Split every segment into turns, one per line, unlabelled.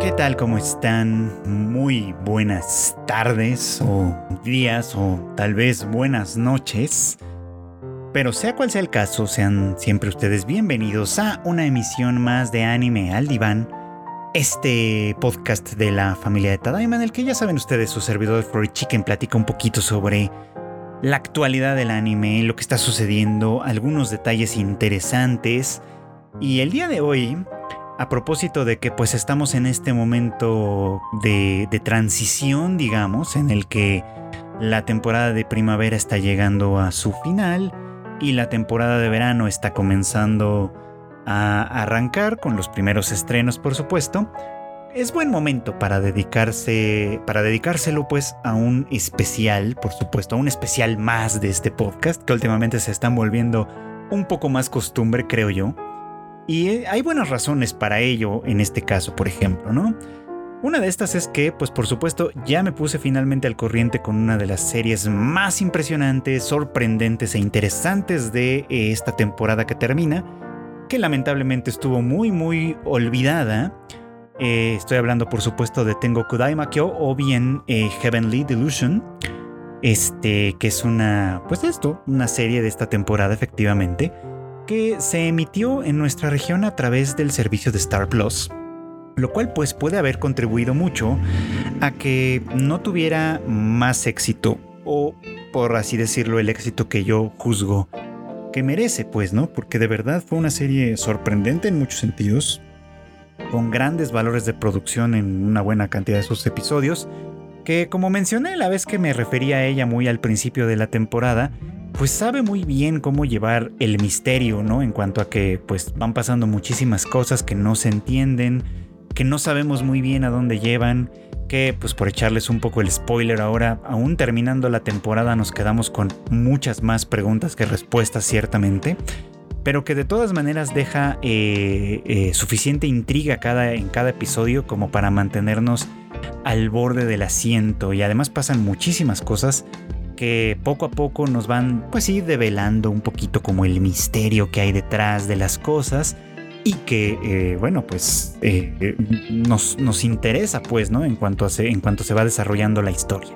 ¿Qué tal? ¿Cómo están? Muy buenas tardes o días o tal vez buenas noches. Pero sea cual sea el caso, sean siempre ustedes bienvenidos a una emisión más de Anime al Diván, este podcast de la familia de Tadaima, en el que ya saben ustedes, su servidor Furry Chicken platica un poquito sobre la actualidad del anime, lo que está sucediendo, algunos detalles interesantes. Y el día de hoy, a propósito de que pues estamos en este momento de transición, digamos, en el que la temporada de primavera está llegando a su final y la temporada de verano está comenzando a arrancar con los primeros estrenos, por supuesto, es buen momento para dedicárselo pues a un especial, por supuesto, a un especial más de este podcast, que últimamente se están volviendo un poco más costumbre, creo yo. Y hay buenas razones para ello en este caso, por ejemplo, ¿no? Una de estas es que, pues por supuesto, ya me puse finalmente al corriente con una de las series más impresionantes, sorprendentes e interesantes de esta temporada que termina, que lamentablemente estuvo muy olvidada. Estoy hablando, por supuesto, de Tengoku Daimakyo o bien Heavenly Delusion, que es una serie de esta temporada, efectivamente, que se emitió en nuestra región a través del servicio de Star Plus, lo cual pues puede haber contribuido mucho a que no tuviera más éxito, o por así decirlo, el éxito que yo juzgo que merece, pues, ¿no? Porque de verdad fue una serie sorprendente en muchos sentidos, con grandes valores de producción en una buena cantidad de sus episodios, que como mencioné la vez que me refería a ella muy al principio de la temporada, pues sabe muy bien cómo llevar el misterio, ¿no? En cuanto a que pues van pasando muchísimas cosas que no se entienden, que no sabemos muy bien a dónde llevan, que pues por echarles un poco el spoiler ahora, aún terminando la temporada nos quedamos con muchas más preguntas que respuestas ciertamente, pero que de todas maneras deja suficiente intriga en cada episodio como para mantenernos al borde del asiento, y además pasan muchísimas cosas que poco a poco nos van pues sí develando un poquito como el misterio que hay detrás de las cosas y que nos interesa pues, ¿no? En cuanto se va desarrollando la historia.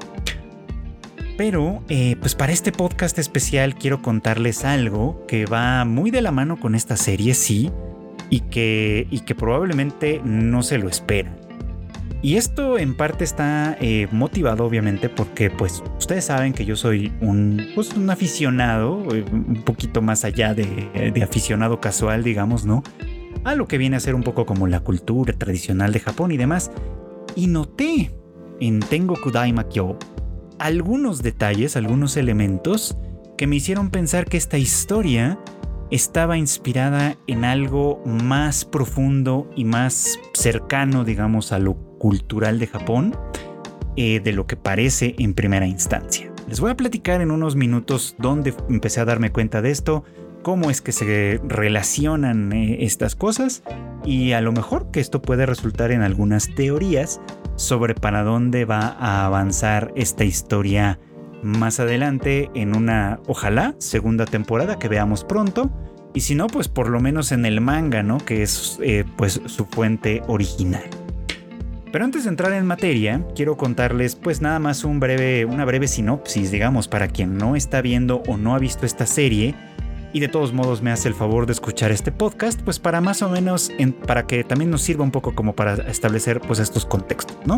Pero pues para este podcast especial quiero contarles algo que va muy de la mano con esta serie, sí, y que probablemente no se lo esperan. Y esto en parte está motivado obviamente porque pues ustedes saben que yo soy un aficionado, un poquito más allá de aficionado casual, digamos, ¿no? A lo que viene a ser un poco como la cultura tradicional de Japón y demás. Y noté en Tengoku Daimakyo algunos detalles, algunos elementos que me hicieron pensar que esta historia estaba inspirada en algo más profundo y más cercano, digamos, a lo cultural de Japón, de lo que parece en primera instancia. Les voy a platicar en unos minutos dónde empecé a darme cuenta de esto, cómo es que se relacionan estas cosas, y a lo mejor que esto puede resultar en algunas teorías sobre para dónde va a avanzar esta historia más adelante en una, ojalá, segunda temporada que veamos pronto, y si no, pues por lo menos en el manga, ¿no? Que es pues su fuente original. Pero antes de entrar en materia, quiero contarles pues nada más una breve sinopsis, digamos, para quien no está viendo o no ha visto esta serie y de todos modos me hace el favor de escuchar este podcast, pues para más o menos, para que también nos sirva un poco como para establecer pues estos contextos, ¿no?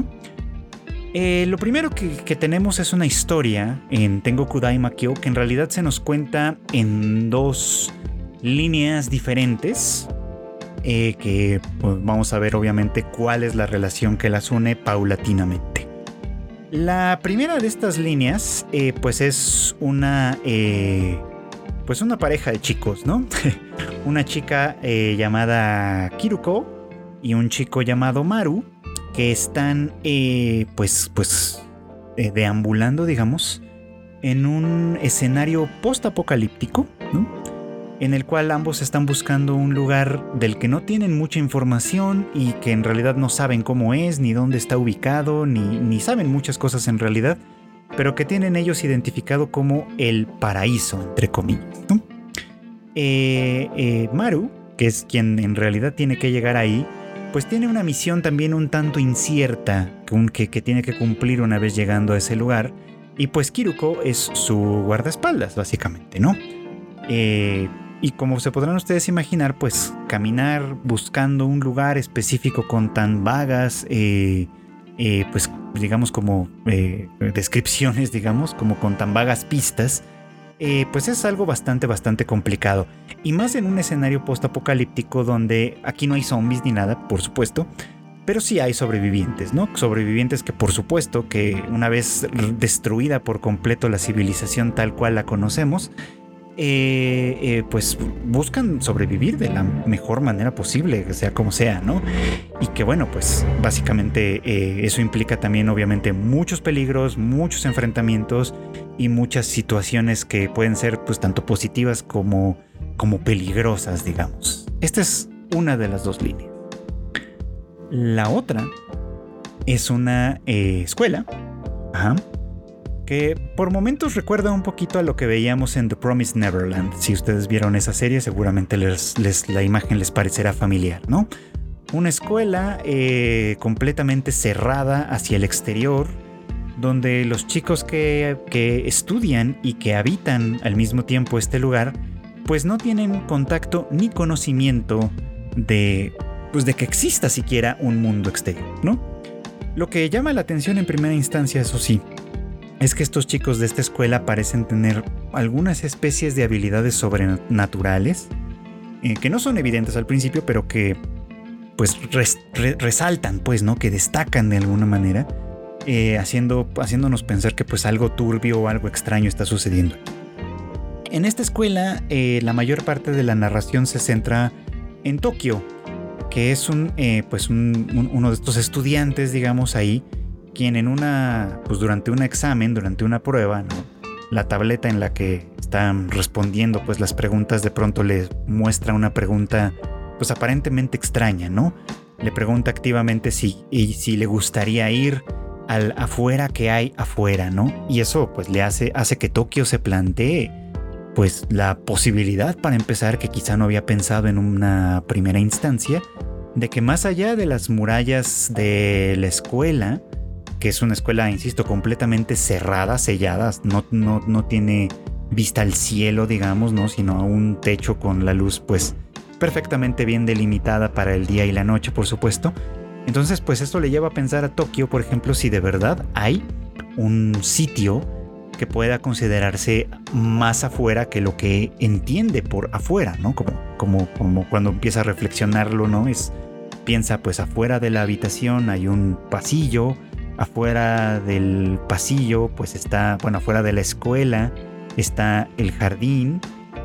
Lo primero que tenemos es una historia en Tengoku Daimakyo que en realidad se nos cuenta en dos líneas diferentes, que pues, vamos a ver obviamente cuál es la relación que las une paulatinamente. La primera de estas líneas pues es una pareja de chicos, ¿no? Una chica llamada Kiruko y un chico llamado Maru, que están deambulando, digamos, en un escenario post-apocalíptico, ¿no? En el cual ambos están buscando un lugar del que no tienen mucha información y que en realidad no saben cómo es, ni dónde está ubicado, ni saben muchas cosas en realidad, pero que tienen ellos identificado como el paraíso, entre comillas, ¿no? Maru, que es quien en realidad tiene que llegar ahí, pues tiene una misión también un tanto incierta que tiene que cumplir una vez llegando a ese lugar. Y pues Kiruko es su guardaespaldas, básicamente, ¿no? Y como se podrán ustedes imaginar, pues caminar buscando un lugar específico con tan vagas, pues digamos como descripciones, digamos, como con tan vagas pistas, pues es algo bastante complicado. Y más en un escenario post-apocalíptico donde aquí no hay zombies ni nada, por supuesto, pero sí hay sobrevivientes, ¿no? Sobrevivientes que por supuesto que una vez destruida por completo la civilización tal cual la conocemos, pues buscan sobrevivir de la mejor manera posible, sea como sea, ¿no? Y que bueno, pues básicamente eso implica también obviamente muchos peligros, muchos enfrentamientos y muchas situaciones que pueden ser pues tanto positivas como peligrosas, digamos. Esta es una de las dos líneas. La otra es una escuela, que por momentos recuerda un poquito a lo que veíamos en The Promised Neverland. Si ustedes vieron esa serie, seguramente la imagen les parecerá familiar, ¿no? Una escuela completamente cerrada hacia el exterior, donde los chicos que estudian y que habitan al mismo tiempo este lugar, pues no tienen contacto ni conocimiento de que exista siquiera un mundo exterior, ¿no? Lo que llama la atención en primera instancia, eso sí, es que estos chicos de esta escuela parecen tener algunas especies de habilidades sobrenaturales que no son evidentes al principio, pero que pues resaltan, pues, ¿no? Que destacan de alguna manera, haciéndonos pensar que pues algo turbio o algo extraño está sucediendo. En esta escuela, la mayor parte de la narración se centra en Tokio, que es uno de estos estudiantes, digamos, ahí, quien durante un examen, durante una prueba, ¿no? La tableta en la que están respondiendo pues las preguntas de pronto les muestra una pregunta pues aparentemente extraña, ¿no? Le pregunta activamente si le gustaría ir al afuera que hay afuera, ¿no? Y eso pues le hace que Tokio se plantee pues la posibilidad, para empezar, que quizá no había pensado en una primera instancia, de que más allá de las murallas de la escuela, que es una escuela, insisto, completamente cerrada, sellada, no tiene vista al cielo, digamos, ¿no? Sino a un techo con la luz pues perfectamente bien delimitada para el día y la noche, por supuesto. Entonces pues esto le lleva a pensar a Tokio, por ejemplo, si de verdad hay un sitio que pueda considerarse más afuera que lo que entiende por afuera, ¿no? Como cuando empieza a reflexionarlo, ¿no? Piensa pues afuera de la habitación hay un pasillo, afuera del pasillo pues afuera de la escuela está el jardín,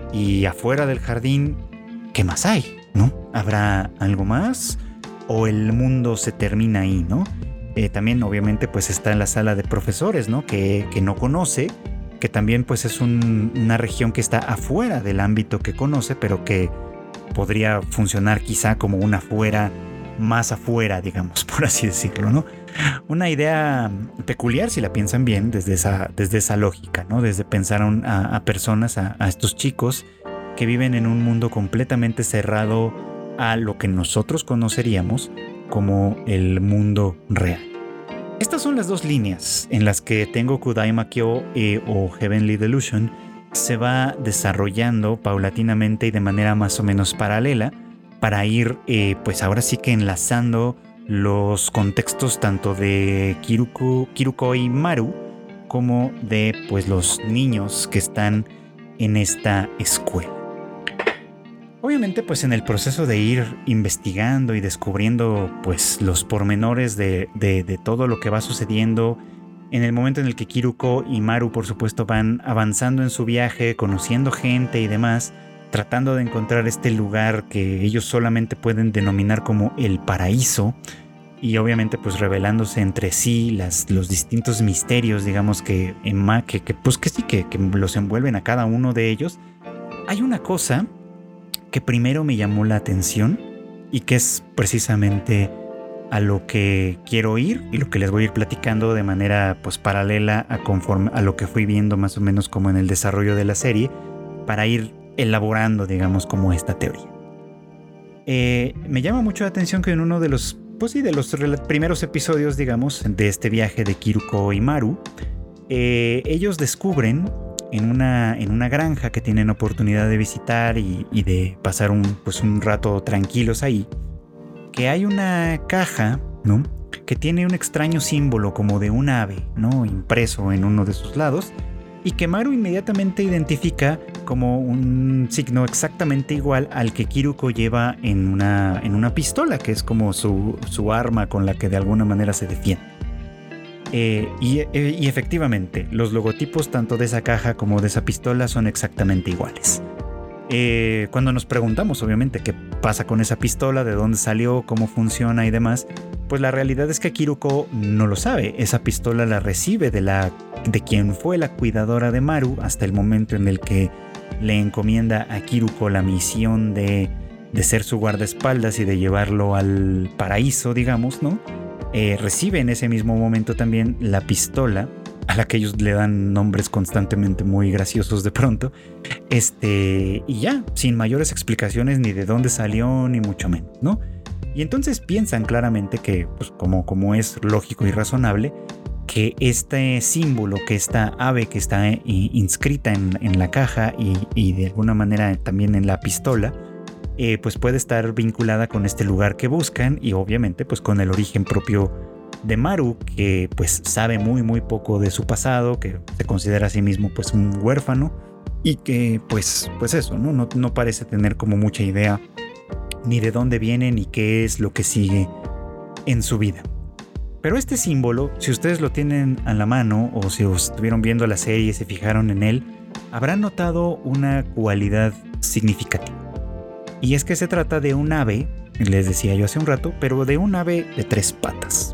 y afuera del jardín, ¿qué más hay? ¿No? ¿Habrá algo más? ¿O el mundo se termina ahí, ¿no? También obviamente pues está en la sala de profesores, ¿no? Que no conoce, que también pues es una región que está afuera del ámbito que conoce, pero que podría funcionar quizá como un afuera, más afuera, digamos, por así decirlo, ¿no? Una idea peculiar si la piensan bien desde esa lógica, ¿no? Desde pensar a personas, a estos chicos que viven en un mundo completamente cerrado a lo que nosotros conoceríamos como el mundo real. Estas son las dos líneas en las que Tengoku Daimakyo o Heavenly Delusion se va desarrollando paulatinamente y de manera más o menos paralela para ir pues ahora sí que enlazando los contextos tanto de Kiruko y Maru como de pues los niños que están en esta escuela. Obviamente pues en el proceso de ir investigando y descubriendo pues los pormenores de todo lo que va sucediendo, en el momento en el que Kiruko y Maru por supuesto van avanzando en su viaje, conociendo gente y demás, tratando de encontrar este lugar que ellos solamente pueden denominar como el paraíso, y obviamente pues revelándose entre sí los distintos misterios, digamos, que los envuelven a cada uno de ellos. Hay una cosa que primero me llamó la atención y que es precisamente a lo que quiero ir y lo que les voy a ir platicando de manera pues paralela a lo que fui viendo más o menos como en el desarrollo de la serie, para ir elaborando, digamos, como esta teoría. Me llama mucho la atención que en uno de los, pues sí, de los primeros episodios, digamos, de este viaje de Kiruko y Maru, ellos descubren en una granja que tienen oportunidad de visitar y de pasar un rato tranquilos ahí, que hay una caja, ¿no?, que tiene un extraño símbolo como de un ave, ¿no?, impreso en uno de sus lados, y que Maru inmediatamente identifica como un signo exactamente igual al que Kiruko lleva en una pistola, que es como su arma con la que de alguna manera se defiende. Y efectivamente, los logotipos tanto de esa caja como de esa pistola son exactamente iguales. Cuando nos preguntamos, obviamente, qué pasa con esa pistola, de dónde salió, cómo funciona y demás, pues la realidad es que Kiruko no lo sabe. Esa pistola la recibe de quien fue la cuidadora de Maru hasta el momento en el que le encomienda a Kiruko la misión de ser su guardaespaldas y de llevarlo al paraíso, digamos, ¿no? Recibe en ese mismo momento también la pistola, a la que ellos le dan nombres constantemente muy graciosos de pronto, y ya, sin mayores explicaciones ni de dónde salió, ni mucho menos, ¿no? Y entonces piensan claramente que, pues como es lógico y razonable, que este símbolo, que esta ave que está inscrita en la caja y de alguna manera también en la pistola, pues puede estar vinculada con este lugar que buscan y obviamente pues con el origen propio de Maru, que pues sabe muy muy poco de su pasado, que se considera a sí mismo pues un huérfano y que pues eso, ¿no? No parece tener como mucha idea ni de dónde viene ni qué es lo que sigue en su vida. Pero este símbolo, si ustedes lo tienen a la mano o si estuvieron viendo la serie y se fijaron en él, habrán notado una cualidad significativa. Y es que se trata de un ave, les decía yo hace un rato, pero de un ave de 3 patas.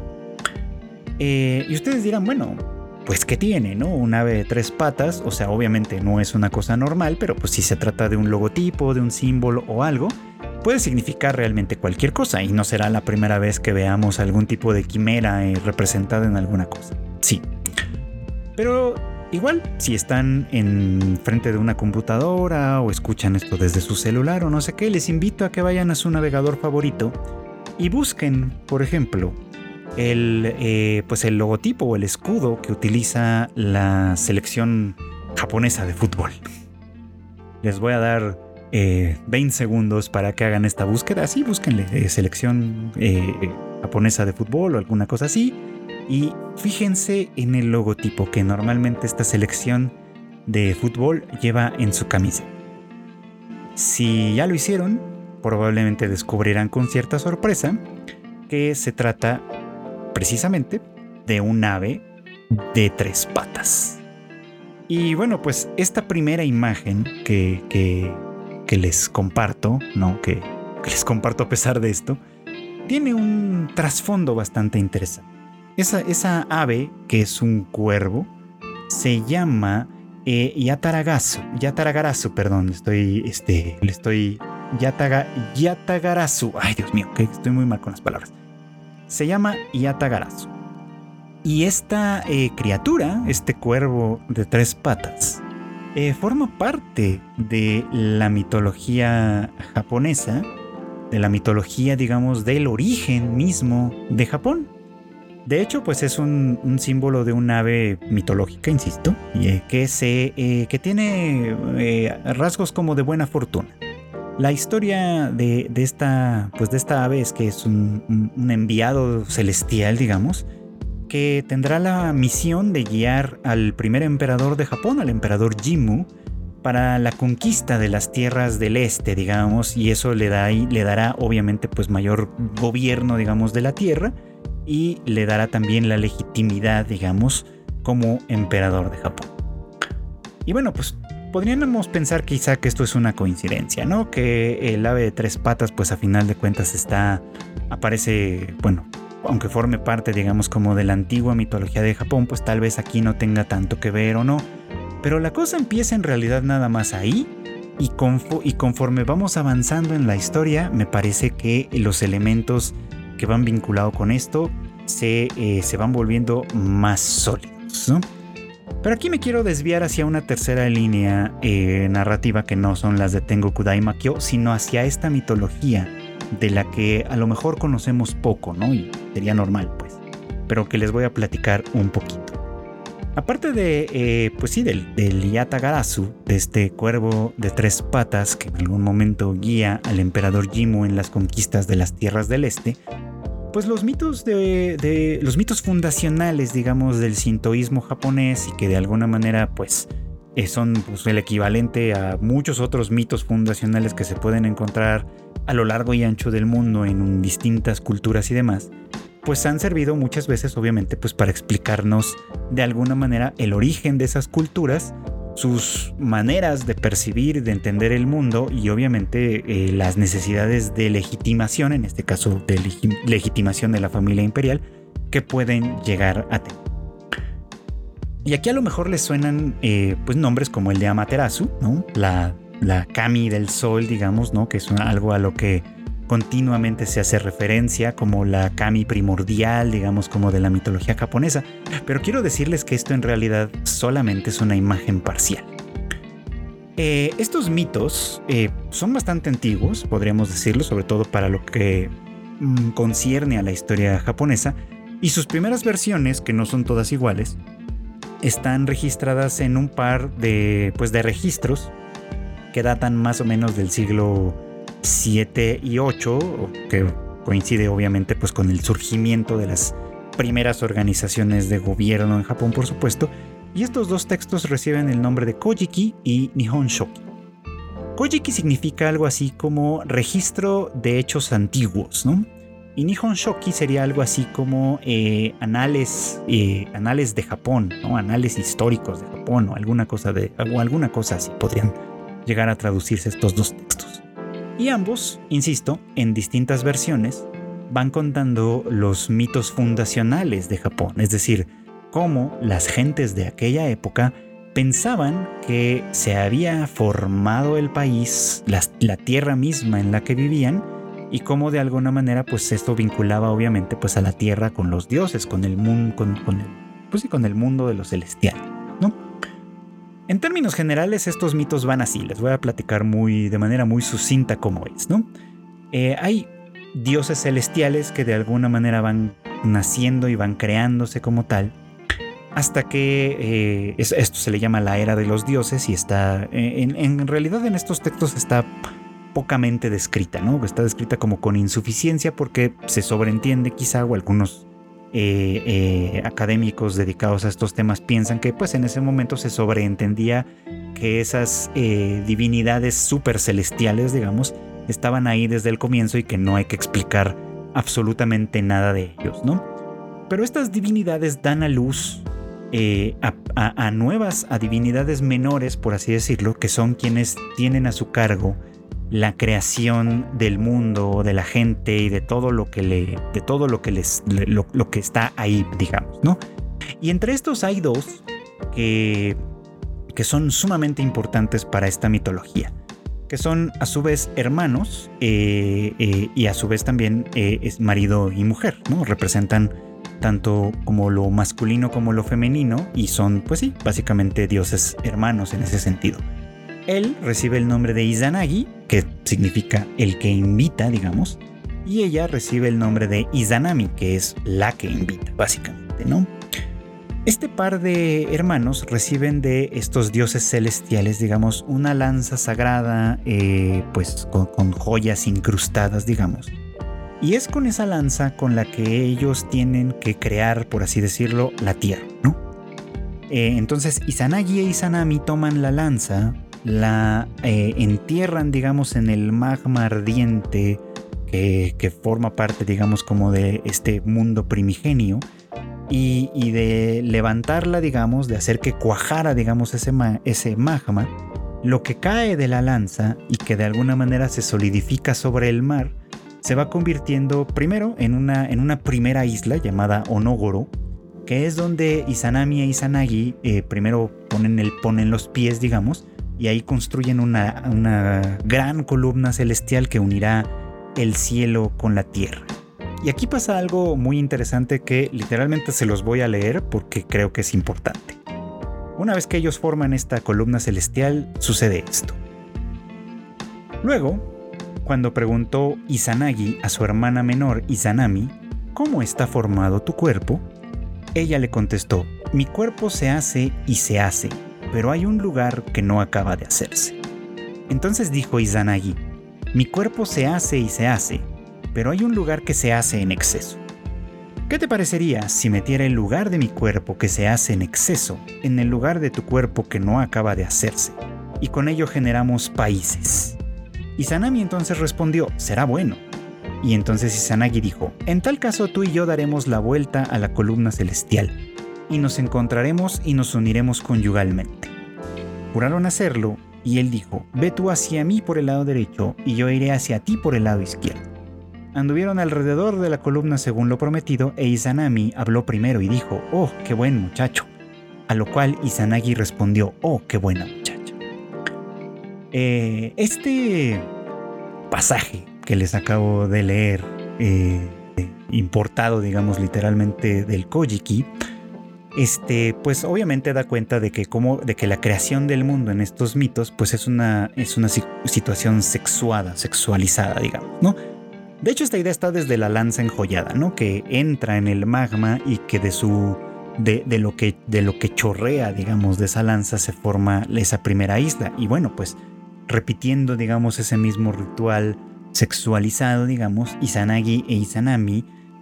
Y ustedes dirán, bueno, pues ¿qué tiene, no? Un ave de 3 patas, o sea, obviamente no es una cosa normal, pero pues si se trata de un logotipo, de un símbolo o algo, puede significar realmente cualquier cosa y no será la primera vez que veamos algún tipo de quimera representada en alguna cosa. Sí. Pero igual, si están en frente de una computadora o escuchan esto desde su celular o no sé qué, les invito a que vayan a su navegador favorito y busquen, por ejemplo, el logotipo o el escudo que utiliza la selección japonesa de fútbol. Les voy a dar 20 segundos para que hagan esta búsqueda. Así, búsquenle selección japonesa de fútbol o alguna cosa así. Y fíjense en el logotipo que normalmente esta selección de fútbol lleva en su camisa. Si ya lo hicieron, probablemente descubrirán con cierta sorpresa que se trata precisamente de un ave de 3 patas. Y bueno, pues esta primera imagen que les comparto, ¿no? Que les comparto a pesar de esto, tiene un trasfondo bastante interesante. Esa ave, que es un cuervo, se llama Yatagarasu, perdón, Yatagarasu. Ay, Dios mío, que estoy muy mal con las palabras. Se llama Yatagarasu. Y esta criatura, este cuervo de 3 patas, forma parte de la mitología japonesa, de la mitología, digamos, del origen mismo de Japón. De hecho, pues es un símbolo de un ave mitológica, insisto, que tiene rasgos como de buena fortuna. La historia de esta ave es que es un enviado celestial, digamos, que tendrá la misión de guiar al primer emperador de Japón, al emperador Jimmu, para la conquista de las tierras del este, digamos, y eso le dará obviamente pues mayor gobierno, digamos, de la tierra, y le dará también la legitimidad, digamos, como emperador de Japón. Y bueno, pues podríamos pensar quizá que esto es una coincidencia, ¿no? Que el ave de 3 patas, pues a final de cuentas aparece, bueno, aunque forme parte, digamos, como de la antigua mitología de Japón, pues tal vez aquí no tenga tanto que ver o no. Pero la cosa empieza en realidad nada más ahí, y conforme vamos avanzando en la historia, me parece que los elementos que van vinculados con esto se van volviendo más sólidos, ¿no? Pero aquí me quiero desviar hacia una tercera línea narrativa que no son las de Tengoku Daimakyo, sino hacia esta mitología de la que a lo mejor conocemos poco, ¿no? Y sería normal, pues, pero que les voy a platicar un poquito. Aparte de, pues sí, del Yata-Garasu, de este cuervo de 3 patas que en algún momento guía al emperador Jimmu en las conquistas de las tierras del este, pues los mitos los mitos fundacionales, digamos, del sintoísmo japonés, y que de alguna manera, pues, son pues, el equivalente a muchos otros mitos fundacionales que se pueden encontrar a lo largo y ancho del mundo en distintas culturas y demás, pues han servido muchas veces, obviamente, pues para explicarnos de alguna manera el origen de esas culturas, sus maneras de percibir, de entender el mundo y obviamente las necesidades de legitimación, en este caso de legitimación de la familia imperial, que pueden llegar a tener. Y aquí a lo mejor les suenan pues nombres como el de Amaterasu, ¿no? La Kami del Sol, digamos, ¿no? Que es algo a lo que continuamente se hace referencia como la Kami primordial, digamos, como de la mitología japonesa. Pero quiero decirles que esto en realidad solamente es una imagen parcial. Estos mitos son bastante antiguos, podríamos decirlo, sobre todo para lo que concierne a la historia japonesa, y sus primeras versiones, que no son todas iguales, están registradas en un par de registros que datan más o menos del siglo 7 y 8, que coincide obviamente pues con el surgimiento de las primeras organizaciones de gobierno en Japón, por supuesto, y estos dos textos reciben el nombre de Kojiki y Nihon Shoki. Kojiki significa algo así como registro de hechos antiguos, ¿no? Y Nihon Shoki sería algo así como anales de Japón, ¿no? Anales históricos de Japón o alguna cosa así podrían llegar a traducirse estos dos textos. Y ambos, insisto, en distintas versiones, van contando los mitos fundacionales de Japón, es decir, cómo las gentes de aquella época pensaban que se había formado el país, la tierra misma en la que vivían, y cómo de alguna manera pues esto vinculaba obviamente pues a la tierra con los dioses, con el mundo, con el mundo de los celestiales, ¿no? En términos generales, estos mitos van así. Les voy a platicar de manera muy sucinta cómo es, ¿no? Hay dioses celestiales que de alguna manera van naciendo y van creándose como tal, hasta que esto se le llama la era de los dioses y está, en realidad en estos textos está pocamente descrita, ¿no? Está descrita como con insuficiencia porque se sobreentiende quizá, o algunos académicos dedicados a estos temas piensan que pues en ese momento se sobreentendía que esas divinidades super celestiales, digamos, estaban ahí desde el comienzo y que no hay que explicar absolutamente nada de ellos, ¿no? Pero estas divinidades dan a luz a divinidades menores, por así decirlo, que son quienes tienen a su cargo la creación del mundo, de la gente y de todo lo que lo que está ahí, digamos, ¿no? Y entre estos hay dos que son sumamente importantes para esta mitología, que son a su vez hermanos y a su vez también es marido y mujer, ¿no? Representan tanto como lo masculino como lo femenino y son, pues sí, básicamente dioses hermanos en ese sentido. Él recibe el nombre de Izanagi, que significa el que invita, digamos, y ella recibe el nombre de Izanami, que es la que invita, básicamente, ¿no? Este par de hermanos reciben de estos dioses celestiales, digamos, una lanza sagrada, pues con joyas incrustadas, digamos. Y es con esa lanza con la que ellos tienen que crear, por así decirlo, la tierra, ¿no? Entonces Izanagi e Izanami toman la lanza, la entierran, digamos, en el magma ardiente que forma parte, digamos, como de este mundo primigenio, y de levantarla, digamos, de hacer que cuajara, digamos, ese magma, lo que cae de la lanza y que de alguna manera se solidifica sobre el mar, se va convirtiendo primero en una primera isla llamada Onogoro, que es donde Izanami e Izanagi primero ponen los pies, digamos, y ahí construyen una gran columna celestial que unirá el cielo con la tierra. Y aquí pasa algo muy interesante que literalmente se los voy a leer porque creo que es importante. Una vez que ellos forman esta columna celestial, sucede esto. Luego, Cuando preguntó Izanagi a su hermana menor Izanami, ¿cómo está formado tu cuerpo?, ella le contestó, mi cuerpo se hace y se hace, pero hay un lugar que no acaba de hacerse. Entonces dijo Izanagi, mi cuerpo se hace y se hace, pero hay un lugar que se hace en exceso. ¿Qué te parecería si metiera el lugar de mi cuerpo que se hace en exceso en el lugar de tu cuerpo que no acaba de hacerse? Y con ello generamos países. Izanami entonces respondió, será bueno. Y entonces Izanagi dijo, en tal caso tú y yo daremos la vuelta a la columna celestial, y nos encontraremos y nos uniremos conyugalmente. Juraron hacerlo, y él dijo, ve tú hacia mí por el lado derecho, y yo iré hacia ti por el lado izquierdo. Anduvieron alrededor de la columna según lo prometido, e Izanami habló primero y dijo, oh, qué buen muchacho. A lo cual Izanagi respondió, oh, qué buena muchacha. Este pasaje que les acabo de leer, importado, digamos, literalmente del Kojiki, pues obviamente da cuenta de que la creación del mundo en estos mitos, pues es una situación sexualizada, digamos, ¿no? De hecho, esta idea está desde la lanza enjollada, ¿no? Que entra en el magma y que de lo que chorrea, digamos, de esa lanza se forma esa primera isla. Y bueno, pues repitiendo, digamos, ese mismo ritual sexualizado, digamos, Izanagi e Izanami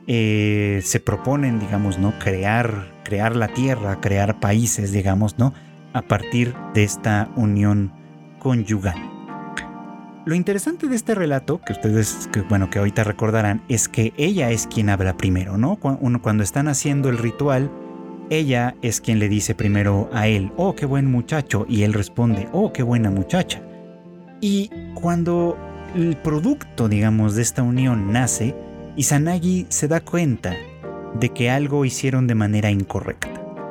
se proponen, digamos, ¿no? Crear la tierra, crear países, digamos, ¿no? A partir de esta unión conyugal. Lo interesante de este relato, que ahorita recordarán, es que ella es quien habla primero, ¿no? Cuando están haciendo el ritual, ella es quien le dice primero a él, oh, qué buen muchacho, y él responde, oh, qué buena muchacha. Y cuando el producto, digamos, de esta unión nace, Izanagi se da cuenta de que algo hicieron de manera incorrecta.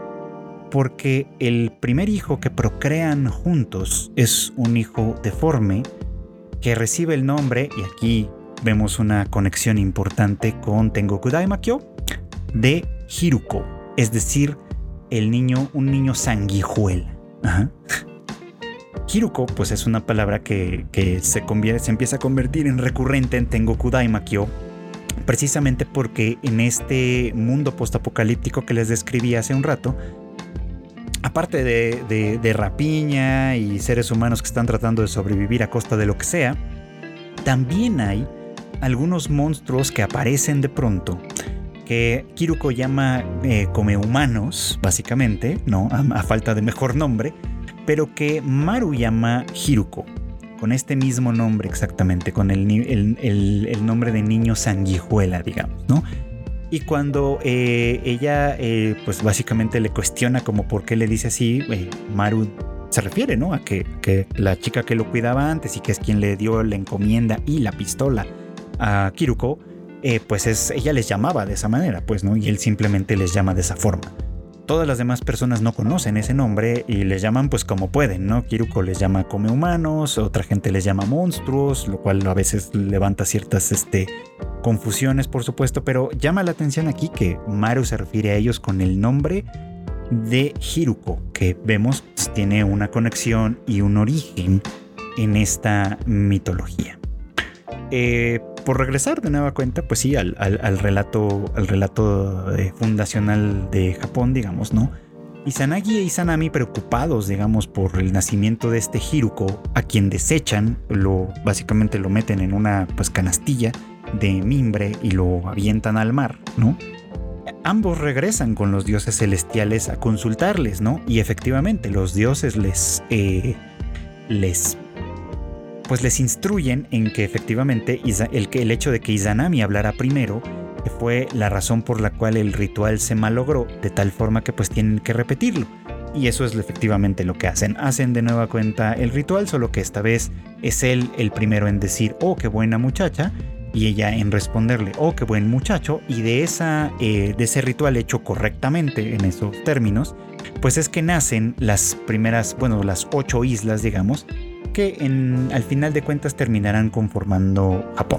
Porque el primer hijo que procrean juntos es un hijo deforme que recibe el nombre, y aquí vemos una conexión importante con Tengoku Daimakyo, de Hiruko, es decir, un niño sanguijuela. Ajá. Hiruko, pues es una palabra que se empieza a convertir en recurrente en Tengoku Daimakyo, precisamente porque en este mundo postapocalíptico que les describí hace un rato, aparte de rapiña y seres humanos que están tratando de sobrevivir a costa de lo que sea, también hay algunos monstruos que aparecen de pronto, que Hiruko llama come humanos, básicamente, ¿no? A falta de mejor nombre, pero que Maru llama Hiruko, con este mismo nombre exactamente, con el nombre de niño sanguijuela, digamos, ¿no? Y cuando ella, pues básicamente le cuestiona como por qué le dice así, Maru se refiere, ¿no? A que la chica que lo cuidaba antes y que es quien le dio la encomienda y la pistola a Hiruko, pues ella les llamaba de esa manera, pues, ¿no? Y él simplemente les llama de esa forma. Todas las demás personas no conocen ese nombre y les llaman pues como pueden, ¿no? Hiruko les llama come humanos, otra gente les llama monstruos, lo cual a veces levanta ciertas confusiones, por supuesto, pero llama la atención aquí que Maru se refiere a ellos con el nombre de Hiruko, que vemos tiene una conexión y un origen en esta mitología. Por regresar de nueva cuenta, pues sí, al relato fundacional de Japón, digamos, ¿no? Izanagi e Izanami, preocupados, digamos, por el nacimiento de este Hiruko, a quien desechan, básicamente lo meten en una pues canastilla de mimbre y lo avientan al mar, ¿no? Ambos regresan con los dioses celestiales a consultarles, ¿no? Y efectivamente los dioses les instruyen en que efectivamente el hecho de que Izanami hablara primero fue la razón por la cual el ritual se malogró, de tal forma que pues tienen que repetirlo. Y eso es efectivamente lo que hacen. Hacen de nueva cuenta el ritual, solo que esta vez es él el primero en decir, oh, qué buena muchacha, y ella en responderle, oh, qué buen muchacho. Y de ese ritual hecho correctamente en esos términos, pues es que nacen las 8 islas, digamos, que al final de cuentas terminarán conformando Japón.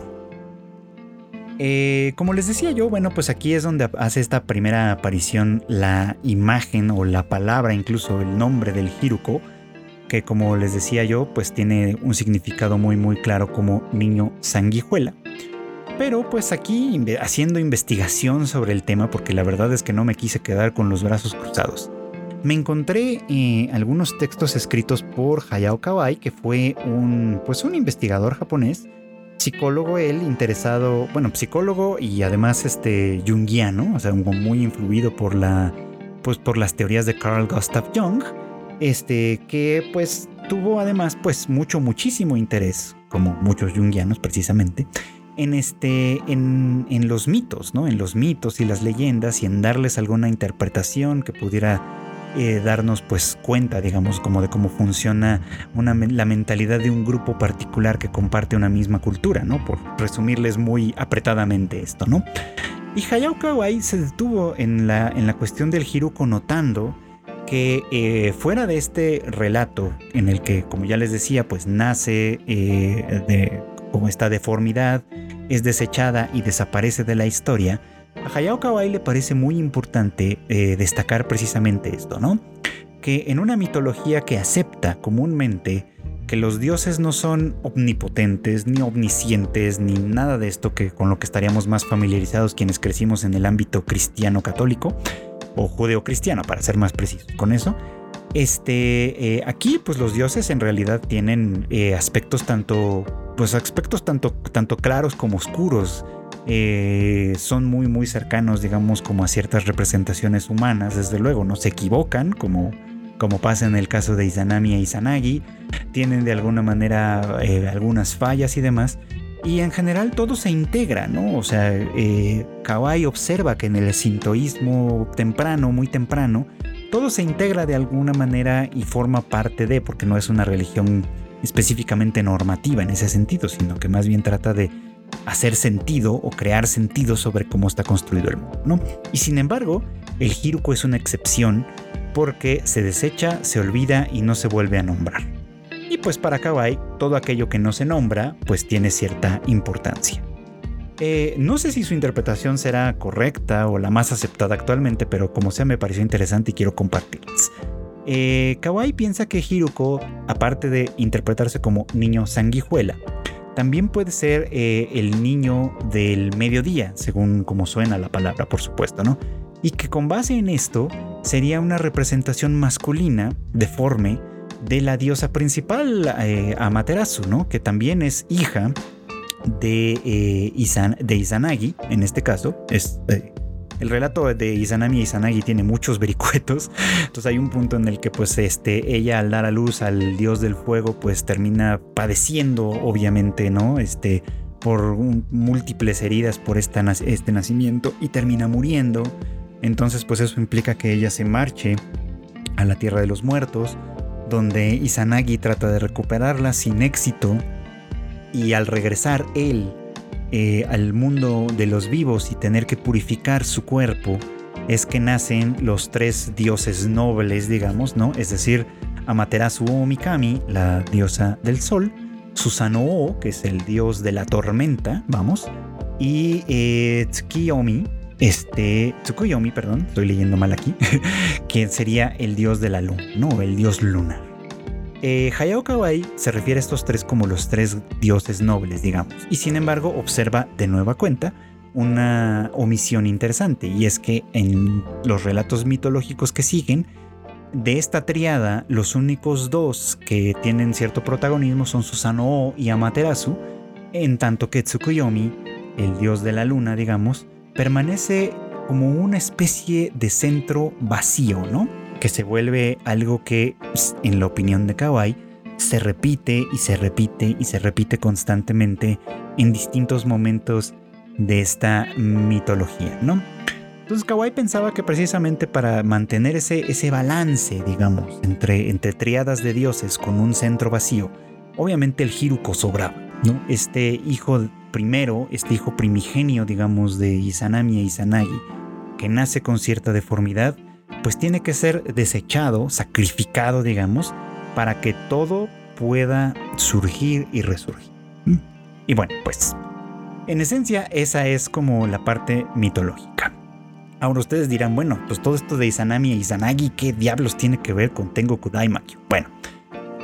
Como les decía yo, bueno, pues aquí es donde hace esta primera aparición la imagen o la palabra, incluso el nombre del Hiruko, que como les decía yo, pues tiene un significado muy muy claro como niño sanguijuela. Pero pues aquí haciendo investigación sobre el tema, porque la verdad es que no me quise quedar con los brazos cruzados, me encontré algunos textos escritos por Hayao Kawai, que fue un investigador japonés, psicólogo él, interesado, bueno, psicólogo y además junguiano, o sea, muy influido por por las teorías de Carl Gustav Jung, que pues tuvo además pues muchísimo interés, como muchos junguianos precisamente, en los mitos, ¿no? En los mitos y las leyendas y en darles alguna interpretación que pudiera darnos pues cuenta, digamos, como de cómo funciona la mentalidad de un grupo particular que comparte una misma cultura, ¿no? Por resumirles muy apretadamente esto, ¿no? Y Hayao Kawai se detuvo en la cuestión del Hiruko, notando que fuera de este relato en el que, como ya les decía, pues nace como esta deformidad, es desechada y desaparece de la historia, a Hayao Kawai le parece muy importante destacar precisamente esto, ¿no? Que en una mitología que acepta comúnmente que los dioses no son omnipotentes, ni omniscientes, ni nada de esto con lo que estaríamos más familiarizados quienes crecimos en el ámbito cristiano católico, o judeocristiano para ser más precisos con eso, aquí pues los dioses en realidad tienen aspectos tanto claros como oscuros. Son muy cercanos, digamos, como a ciertas representaciones humanas, desde luego, no se equivocan, como pasa en el caso de Izanami e Izanagi, tienen de alguna manera algunas fallas y demás, y en general todo se integra, ¿no? O sea, Kawai observa que en el sintoísmo muy temprano, todo se integra de alguna manera y forma parte de, porque no es una religión específicamente normativa en ese sentido, sino que más bien trata de hacer sentido o crear sentido sobre cómo está construido el mundo, ¿no? Y sin embargo, el Hiruko es una excepción porque se desecha, se olvida y no se vuelve a nombrar. Y pues para Kawai, todo aquello que no se nombra, pues tiene cierta importancia. No sé si su interpretación será correcta o la más aceptada actualmente, pero como sea me pareció interesante y quiero compartirles. Kawai piensa que Hiruko, aparte de interpretarse como niño sanguijuela, también puede ser el niño del mediodía, según como suena la palabra, por supuesto, ¿no? Y que con base en esto sería una representación masculina, deforme, de la diosa principal, Amaterasu, ¿no? Que también es hija de Izanagi, en este caso. El relato de Izanami y Izanagi tiene muchos vericuetos, entonces hay un punto en el que pues ella, al dar a luz al dios del fuego, pues termina padeciendo, obviamente, ¿no? Por múltiples heridas por este nacimiento y termina muriendo. Entonces pues eso implica que ella se marche a la tierra de los muertos, donde Izanagi trata de recuperarla sin éxito, y al regresar él al mundo de los vivos y tener que purificar su cuerpo, es que nacen los tres dioses nobles, digamos, ¿no? Es decir, Amaterasu o Mikami, la diosa del sol, Susanoo, que es el dios de la tormenta, vamos, y Tsukuyomi, estoy leyendo mal aquí, que sería el dios de la luna, ¿no? El dios lunar. Hayao Kawai se refiere a estos tres como los tres dioses nobles, digamos, y sin embargo observa de nueva cuenta una omisión interesante, y es que en los relatos mitológicos que siguen, de esta triada, los únicos dos que tienen cierto protagonismo son Susanoo y Amaterasu, en tanto que Tsukuyomi, el dios de la luna, digamos, permanece como una especie de centro vacío, ¿no? Que se vuelve algo que, en la opinión de Kawai, se repite y se repite y se repite constantemente en distintos momentos de esta mitología, ¿no? Entonces Kawai pensaba que precisamente para mantener ese balance, digamos, entre triadas de dioses con un centro vacío, obviamente el Hiruko sobraba, ¿no? Este hijo primigenio, digamos, de Izanami e Izanagi, que nace con cierta deformidad, pues tiene que ser desechado, sacrificado, digamos, para que todo pueda surgir y resurgir. Y bueno, pues, en esencia, esa es como la parte mitológica. Ahora ustedes dirán, bueno, pues todo esto de Izanami e Izanagi, ¿qué diablos tiene que ver con Tengoku Daimakyo? Bueno,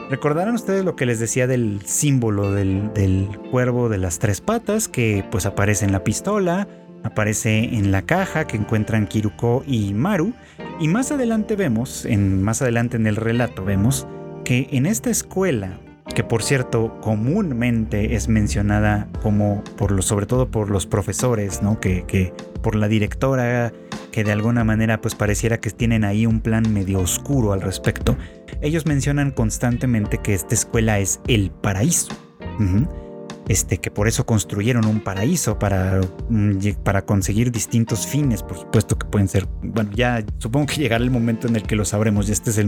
Recordarán ustedes lo que les decía del símbolo del cuervo de las 3 patas, que pues aparece en la pistola, aparece en la caja que encuentran Kiruko y Maru, y más adelante en el relato vemos que en esta escuela, que por cierto comúnmente es mencionada como sobre todo por los profesores, ¿no? que por la directora, que de alguna manera pues pareciera que tienen ahí un plan medio oscuro al respecto. Ellos mencionan constantemente que esta escuela es el paraíso. Que por eso construyeron un paraíso para conseguir distintos fines, por supuesto que pueden ser, bueno, ya supongo que llegará el momento en el que lo sabremos.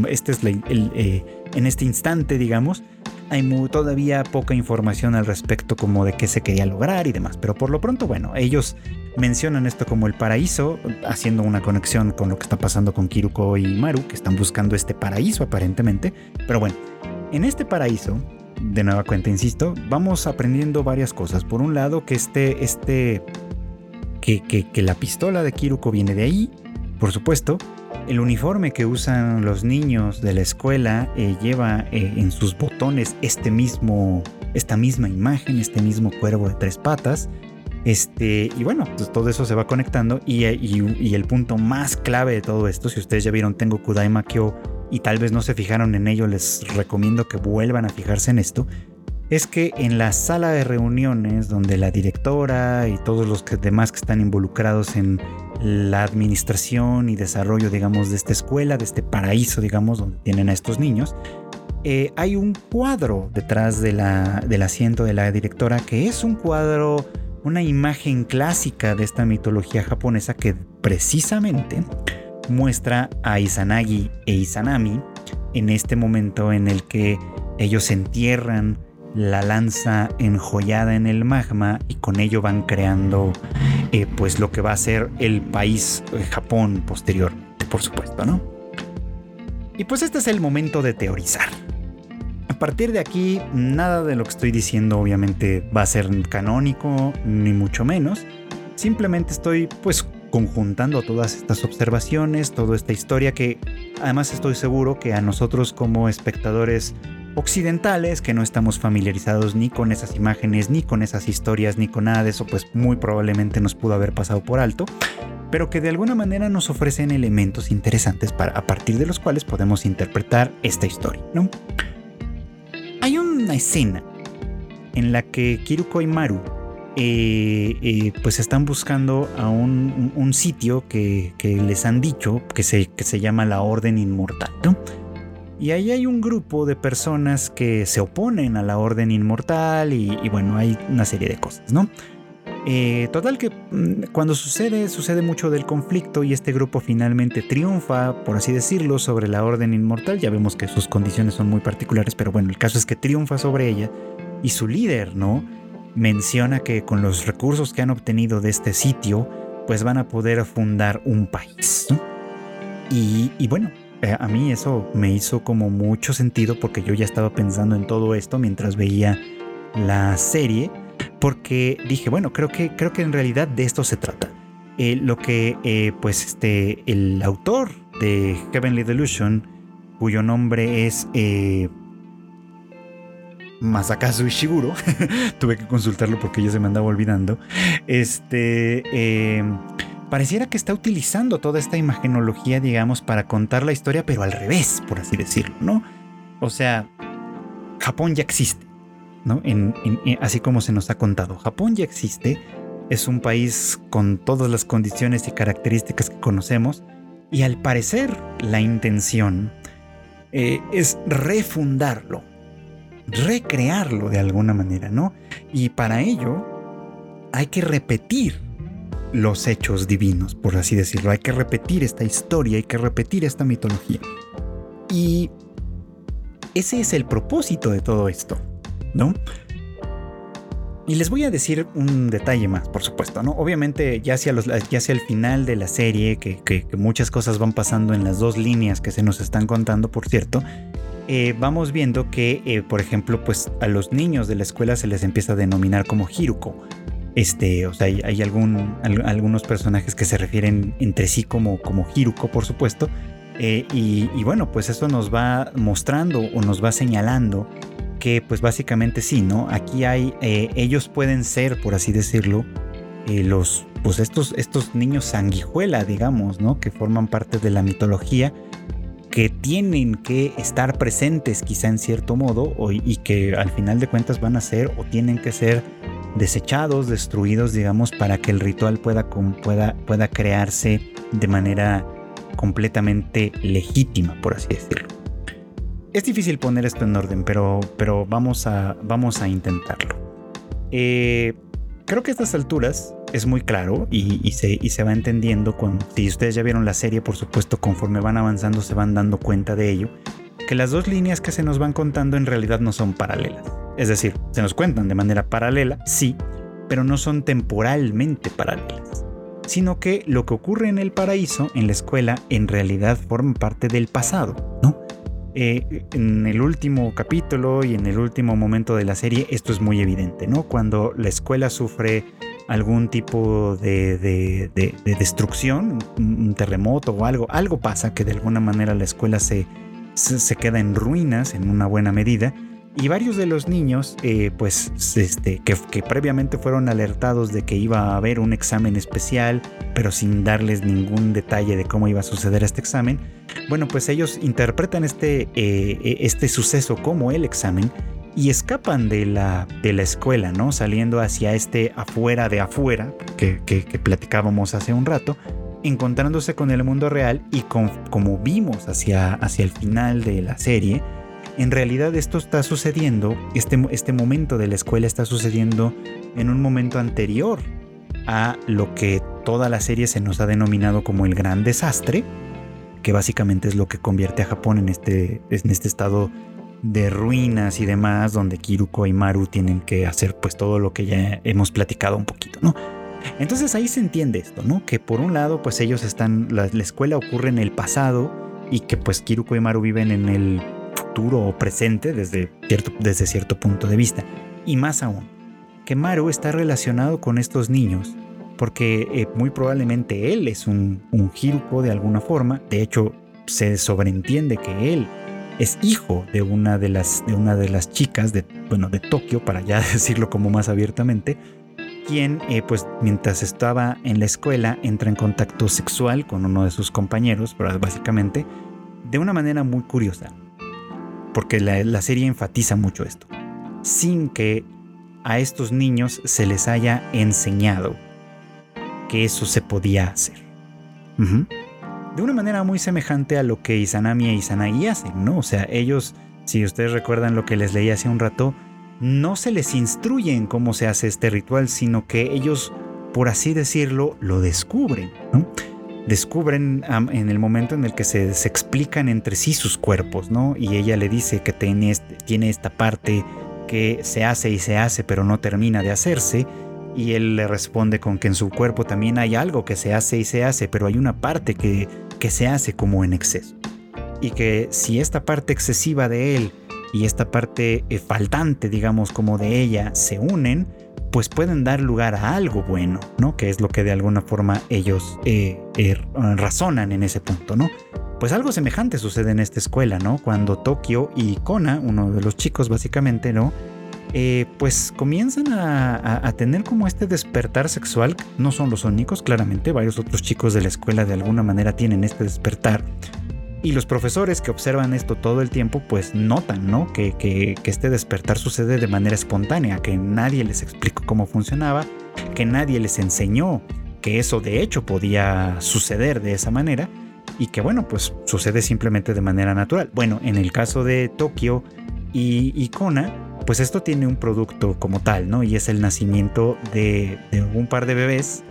En este instante, digamos, hay todavía poca información al respecto como de qué se quería lograr y demás, pero por lo pronto, bueno, ellos mencionan esto como el paraíso, haciendo una conexión con lo que está pasando con Kiruko y Maru, que están buscando este paraíso aparentemente. Pero bueno, en este paraíso, de nueva cuenta, insisto, vamos aprendiendo varias cosas. Por un lado, que que la pistola de Kiruko viene de ahí, por supuesto. El uniforme que usan los niños de la escuela lleva en sus botones esta misma imagen, este mismo cuervo de 3 patas. Y bueno, pues todo eso se va conectando y el punto más clave de todo esto, si ustedes ya vieron Tengoku Daimakyo y tal vez no se fijaron en ello, les recomiendo que vuelvan a fijarse en esto, es que en la sala de reuniones donde la directora y todos los demás que están involucrados en la administración y desarrollo, digamos, de esta escuela, de este paraíso, digamos, donde tienen a estos niños, hay un cuadro detrás del asiento de la directora, que es un cuadro, una imagen clásica de esta mitología japonesa que precisamente muestra a Izanagi e Izanami en este momento en el que ellos entierran la lanza enjollada en el magma y con ello van creando pues lo que va a ser el país Japón posterior, por supuesto, ¿no? Y pues este es el momento de teorizar. A partir de aquí, nada de lo que estoy diciendo obviamente va a ser canónico, ni mucho menos. Simplemente estoy pues conjuntando todas estas observaciones, toda esta historia que además estoy seguro que a nosotros como espectadores occidentales, que no estamos familiarizados ni con esas imágenes, ni con esas historias, ni con nada de eso, pues muy probablemente nos pudo haber pasado por alto, pero que de alguna manera nos ofrecen elementos interesantes a partir de los cuales podemos interpretar esta historia, ¿no? Hay una escena en la que Kiruko y Maru pues están buscando a un sitio que les han dicho que se llama la Orden Inmortal, ¿no? Y ahí hay un grupo de personas que se oponen a la Orden Inmortal y bueno, hay una serie de cosas, ¿no? Total que cuando sucede mucho del conflicto y este grupo finalmente triunfa, por así decirlo, sobre la Orden Inmortal. Ya vemos que sus condiciones son muy particulares, pero bueno, el caso es que triunfa sobre ella y su líder, ¿no?, menciona que con los recursos que han obtenido de este sitio, pues van a poder fundar un país, ¿no? Y bueno, a mí eso me hizo como mucho sentido porque yo ya estaba pensando en todo esto mientras veía la serie, porque dije, bueno, creo que en realidad de esto se trata. El autor de Heavenly Delusion, cuyo nombre es Masakazu Ishiguro, tuve que consultarlo porque ya se me andaba olvidando, pareciera que está utilizando toda esta imagenología, digamos, para contar la historia, pero al revés, por así decirlo, ¿no? O sea, Japón ya existe, ¿no? Así como se nos ha contado, Japón ya existe, es un país con todas las condiciones y características que conocemos, y al parecer la intención es refundarlo, recrearlo de alguna manera, ¿no? Y para ello hay que repetir los hechos divinos, por así decirlo. Hay que repetir esta historia, hay que repetir esta mitología. Y ese es el propósito de todo esto, ¿no? Y les voy a decir un detalle más, por supuesto, ¿no? Obviamente ya hacia el final de la serie, que muchas cosas van pasando en las dos líneas que se nos están contando, por cierto, vamos viendo que, por ejemplo, pues a los niños de la escuela se les empieza a denominar como Hiruko. O sea, hay algunos personajes que se refieren entre sí como Hiruko, por supuesto, Y bueno, pues eso nos va mostrando o nos va señalando que pues básicamente sí, ¿no? Aquí hay, ellos pueden ser, por así decirlo, pues estos niños sanguijuela, digamos, ¿no? Que forman parte de la mitología, que tienen que estar presentes quizá en cierto modo y que al final de cuentas van a ser o tienen que ser desechados, destruidos, digamos, para que el ritual pueda crearse de manera completamente legítima, por así decirlo. Es difícil poner esto en orden, pero vamos a intentarlo. Creo que a estas alturas es muy claro y se va entendiendo si ustedes ya vieron la serie, por supuesto, conforme van avanzando se van dando cuenta de ello, que las dos líneas que se nos van contando en realidad no son paralelas. Es decir, se nos cuentan de manera paralela, sí, pero no son temporalmente paralelas, sino que lo que ocurre en el paraíso, en la escuela, en realidad forma parte del pasado, ¿no? En el último capítulo y en el último momento de la serie esto es muy evidente, ¿no? Cuando la escuela sufre algún tipo de destrucción, un terremoto o algo pasa que de alguna manera la escuela se queda en ruinas en una buena medida. Y varios de los niños, que previamente fueron alertados de que iba a haber un examen especial, pero sin darles ningún detalle de cómo iba a suceder este examen, bueno, pues ellos interpretan este suceso como el examen y escapan de la escuela, ¿no? Saliendo hacia afuera de afuera que platicábamos hace un rato, encontrándose con el mundo real y como vimos hacia el final de la serie. En realidad esto está sucediendo, este momento de la escuela está sucediendo en un momento anterior a lo que toda la serie se nos ha denominado como el gran desastre, que básicamente es lo que convierte a Japón en este estado de ruinas y demás, donde Kiruko y Maru tienen que hacer pues todo lo que ya hemos platicado un poquito, ¿no? Entonces ahí se entiende esto, ¿no? Que por un lado pues ellos la escuela ocurre en el pasado y que pues Kiruko y Maru viven en el futuro o presente desde cierto punto de vista. Y más aún, que Maru está relacionado con estos niños porque muy probablemente él es un Hiruko de alguna forma. De hecho, se sobreentiende que él es hijo de una de las chicas de Tokio, para ya decirlo como más abiertamente, quien pues mientras estaba en la escuela entra en contacto sexual con uno de sus compañeros, pero básicamente de una manera muy curiosa, porque la serie enfatiza mucho esto, sin que a estos niños se les haya enseñado que eso se podía hacer. De una manera muy semejante a lo que Izanami e Izanagi hacen, ¿no? O sea, ellos, si ustedes recuerdan lo que les leí hace un rato, no se les instruye en cómo se hace este ritual, sino que ellos, por así decirlo, lo descubren, ¿no? Descubren en el momento en el que se explican entre sí sus cuerpos, ¿no? Y ella le dice que tiene esta parte que se hace y se hace, pero no termina de hacerse. Y él le responde con que en su cuerpo también hay algo que se hace y se hace, pero hay una parte que se hace como en exceso. Y que si esta parte excesiva de él y esta parte faltante, digamos, como de ella, se unen, pues pueden dar lugar a algo bueno, ¿no? Que es lo que de alguna forma ellos razonan en ese punto, ¿no? Pues algo semejante sucede en esta escuela, ¿no? Cuando Tokio y Kona, uno de los chicos básicamente, ¿no? Pues comienzan a tener como este despertar sexual. No son los únicos, claramente, varios otros chicos de la escuela de alguna manera tienen este despertar. Y los profesores que observan esto todo el tiempo pues notan, ¿no? que este despertar sucede de manera espontánea, que nadie les explicó cómo funcionaba, que nadie les enseñó que eso de hecho podía suceder de esa manera y que bueno, pues sucede simplemente de manera natural. Bueno, en el caso de Tokio y Kona, pues esto tiene un producto como tal, ¿no? Y es el nacimiento de un par de bebés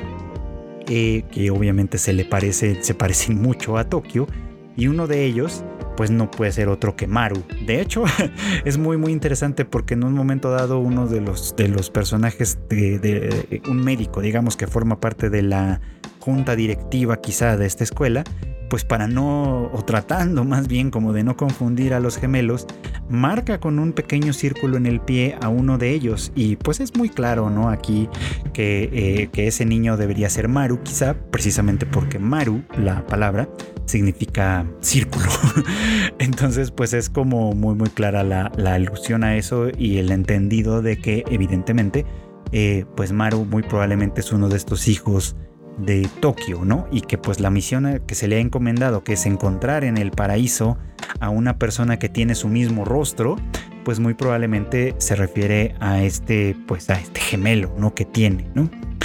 que obviamente se parecen mucho a Tokio. Y uno de ellos, pues no puede ser otro que Maru. De hecho, es muy muy interesante porque en un momento dado uno de los personajes de un médico, digamos, que forma parte de la junta directiva quizá de esta escuela, pues para no, o tratando más bien como de no confundir a los gemelos, marca con un pequeño círculo en el pie a uno de ellos. Y pues es muy claro, ¿no? Aquí que ese niño debería ser Maru, quizá precisamente porque Maru, la palabra, significa círculo. Entonces pues es como muy muy clara la alusión a eso y el entendido de que evidentemente pues Maru muy probablemente es uno de estos hijos de Tokio, ¿no? Y que pues la misión que se le ha encomendado, que es encontrar en el paraíso a una persona que tiene su mismo rostro, pues muy probablemente se refiere a este gemelo, ¿no? Que tiene, ¿no?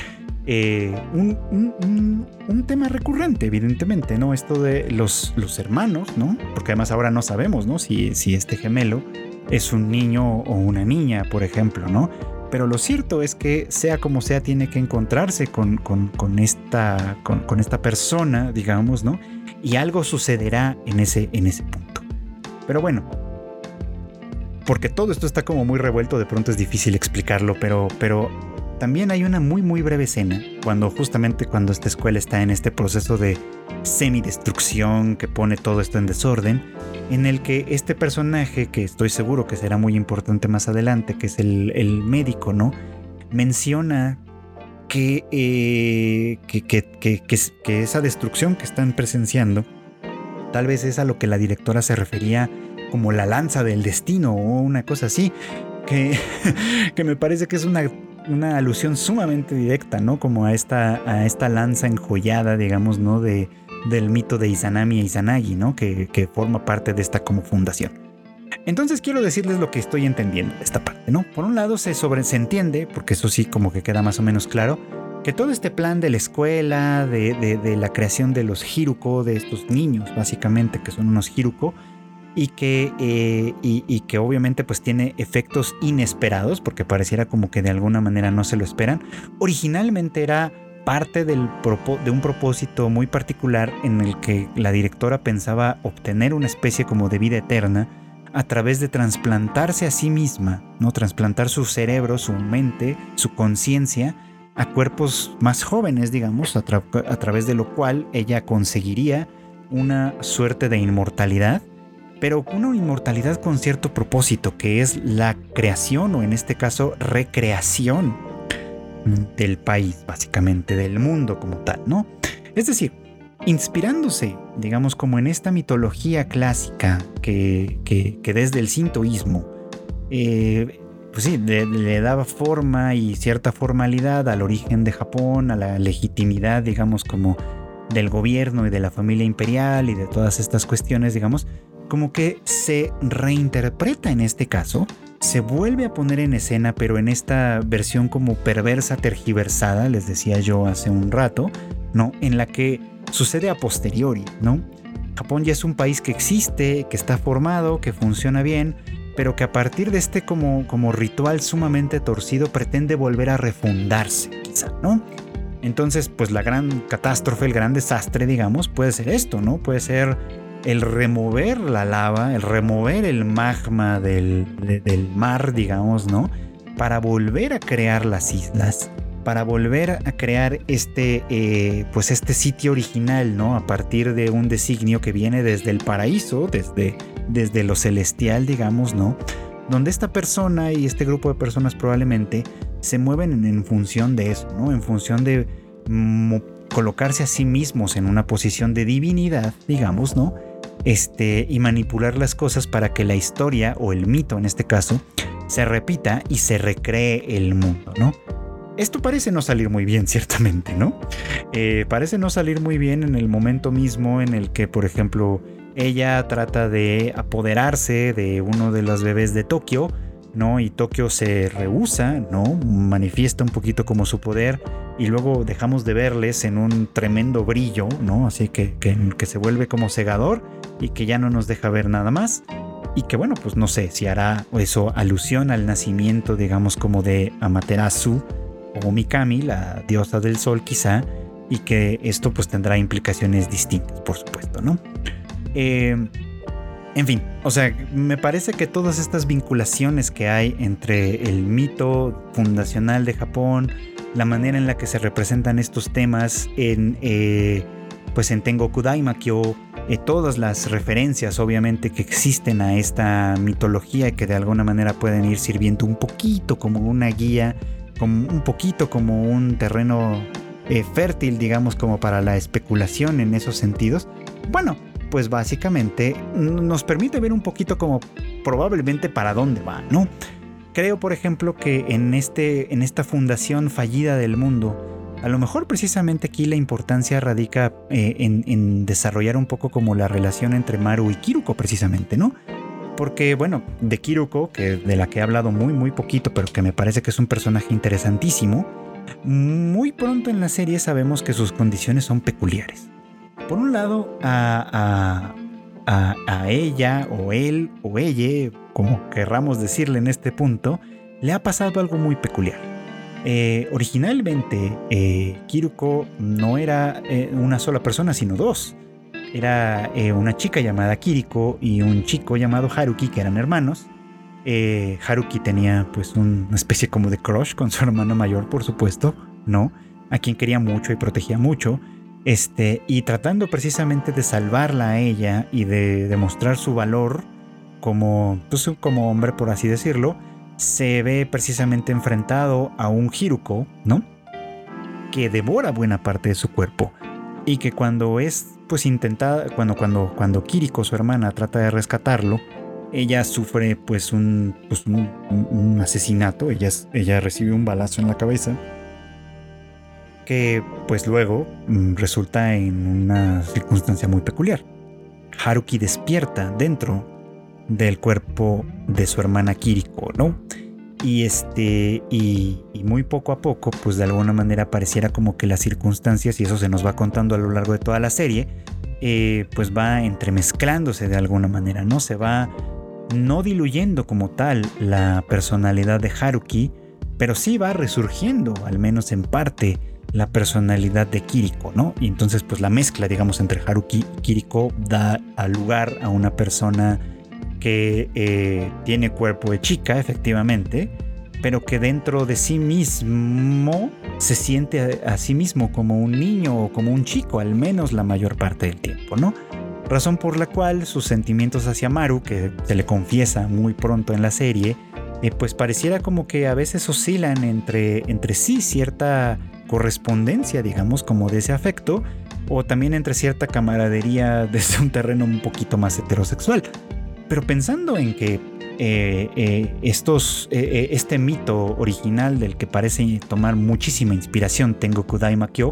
Un tema recurrente, evidentemente, ¿no? Esto de los hermanos, ¿no? Porque además ahora no sabemos, ¿no? Si este gemelo es un niño o una niña, por ejemplo, ¿no? Pero lo cierto es que sea como sea tiene que encontrarse con esta persona, digamos, ¿no? Y algo sucederá en ese punto. Pero bueno, porque todo esto está como muy revuelto, de pronto es difícil explicarlo, pero también hay una muy muy breve escena cuando esta escuela está en este proceso de semidestrucción que pone todo esto en desorden, en el que este personaje, que estoy seguro que será muy importante más adelante, que es el médico, ¿no? Menciona que esa destrucción que están presenciando tal vez es a lo que la directora se refería como la lanza del destino o una cosa así, que me parece que es una alusión sumamente directa, ¿no? Como a esta lanza enjollada, digamos, ¿no? Del mito de Izanami e Izanagi, ¿no? Que forma parte de esta como fundación. Entonces quiero decirles lo que estoy entendiendo de esta parte, ¿no? Por un lado se entiende, porque eso sí como que queda más o menos claro, que todo este plan de la escuela, de la creación de los Hiruko, de estos niños básicamente, que son unos Hiruko, y que obviamente pues tiene efectos inesperados, porque pareciera como que de alguna manera no se lo esperan. Originalmente era parte de un propósito muy particular en el que la directora pensaba obtener una especie como de vida eterna a través de trasplantarse a sí misma, ¿no? Trasplantar su cerebro, su mente, su conciencia a cuerpos más jóvenes, digamos, a través de lo cual ella conseguiría una suerte de inmortalidad, pero una inmortalidad con cierto propósito, que es la creación, o en este caso recreación del país, básicamente del mundo como tal, ¿no? Es decir, inspirándose, digamos, como en esta mitología clásica que desde el sintoísmo, pues sí, le daba forma y cierta formalidad al origen de Japón, a la legitimidad, digamos, como del gobierno y de la familia imperial y de todas estas cuestiones, digamos, como que se reinterpreta en este caso, se vuelve a poner en escena, pero en esta versión como perversa, tergiversada, les decía yo hace un rato, ¿no? En la que sucede a posteriori, ¿no? Japón ya es un país que existe, que está formado, que funciona bien, pero que a partir de este como ritual sumamente torcido pretende volver a refundarse, quizá, ¿no? Entonces, pues la gran catástrofe, el gran desastre, digamos, puede ser esto, ¿no? Puede ser el remover la lava, el remover el magma del mar, digamos, ¿no? Para volver a crear las islas, para volver a crear este sitio original, ¿no? A partir de un designio que viene desde el paraíso, desde lo celestial, digamos, ¿no? Donde esta persona y este grupo de personas probablemente se mueven en función de eso, ¿no? En función de colocarse a sí mismos en una posición de divinidad, digamos, ¿no? Y manipular las cosas para que la historia, o el mito en este caso, se repita y se recree el mundo, ¿no? Esto parece no salir muy bien, ciertamente, ¿no? Parece no salir muy bien en el momento mismo en el que, por ejemplo, ella trata de apoderarse de uno de los bebés de Tokio, ¿no? Y Tokio se rehúsa, ¿no? Manifiesta un poquito como su poder y luego dejamos de verles en un tremendo brillo, ¿no? Así que se vuelve como cegador y que ya no nos deja ver nada más. Y que bueno, pues no sé si hará eso alusión al nacimiento, digamos, como de Amaterasu o Mikami, la diosa del sol quizá, y que esto pues tendrá implicaciones distintas, por supuesto, ¿no? En fin, o sea, me parece que todas estas vinculaciones que hay entre el mito fundacional de Japón, la manera en la que se representan estos temas en Tengoku Daimakyo, todas las referencias obviamente que existen a esta mitología y que de alguna manera pueden ir sirviendo un poquito como una guía, como un poquito como un terreno fértil, digamos, como para la especulación en esos sentidos, bueno, pues básicamente nos permite ver un poquito como probablemente para dónde va, ¿no? Creo, por ejemplo, que en esta fundación fallida del mundo, a lo mejor precisamente aquí la importancia radica en desarrollar un poco como la relación entre Maru y Kiruko precisamente, ¿no? Porque, bueno, de Kiruko, de la que he hablado muy, muy poquito, pero que me parece que es un personaje interesantísimo, muy pronto en la serie sabemos que sus condiciones son peculiares. Por un lado, a ella, o él, o ella, como querramos decirle en este punto, le ha pasado algo muy peculiar. Originalmente, Kiruko no era una sola persona, sino dos. Era una chica llamada Kiriko y un chico llamado Haruki, que eran hermanos. Haruki tenía pues una especie como de crush con su hermano mayor, por supuesto, ¿no? A quien quería mucho y protegía mucho. Y tratando precisamente de salvarla a ella y de demostrar su valor como hombre, por así decirlo, se ve precisamente enfrentado a un Hiruko, ¿no? Que devora buena parte de su cuerpo y que cuando es pues intentada, cuando Kiriko, su hermana, trata de rescatarlo, ella sufre pues un asesinato. Ella recibe un balazo en la cabeza que pues luego resulta en una circunstancia muy peculiar. Haruki despierta dentro del cuerpo de su hermana Kiriko, ¿no? Y muy poco a poco, pues de alguna manera pareciera como que las circunstancias, y eso se nos va contando a lo largo de toda la serie, pues va entremezclándose de alguna manera, ¿no? Se va no diluyendo como tal la personalidad de Haruki, pero sí va resurgiendo, al menos en parte, la personalidad de Kiriko, ¿no? Y entonces pues la mezcla, digamos, entre Haruki y Kiriko da lugar a una persona que tiene cuerpo de chica, efectivamente, pero que dentro de sí mismo se siente a sí mismo como un niño o como un chico, al menos la mayor parte del tiempo, ¿no? Razón por la cual sus sentimientos hacia Maru, que se le confiesa muy pronto en la serie, pues pareciera como que a veces oscilan entre sí cierta correspondencia, digamos, como de ese afecto, o también entre cierta camaradería desde un terreno un poquito más heterosexual. Pero pensando en que este mito original del que parece tomar muchísima inspiración Tengoku Daimakyo,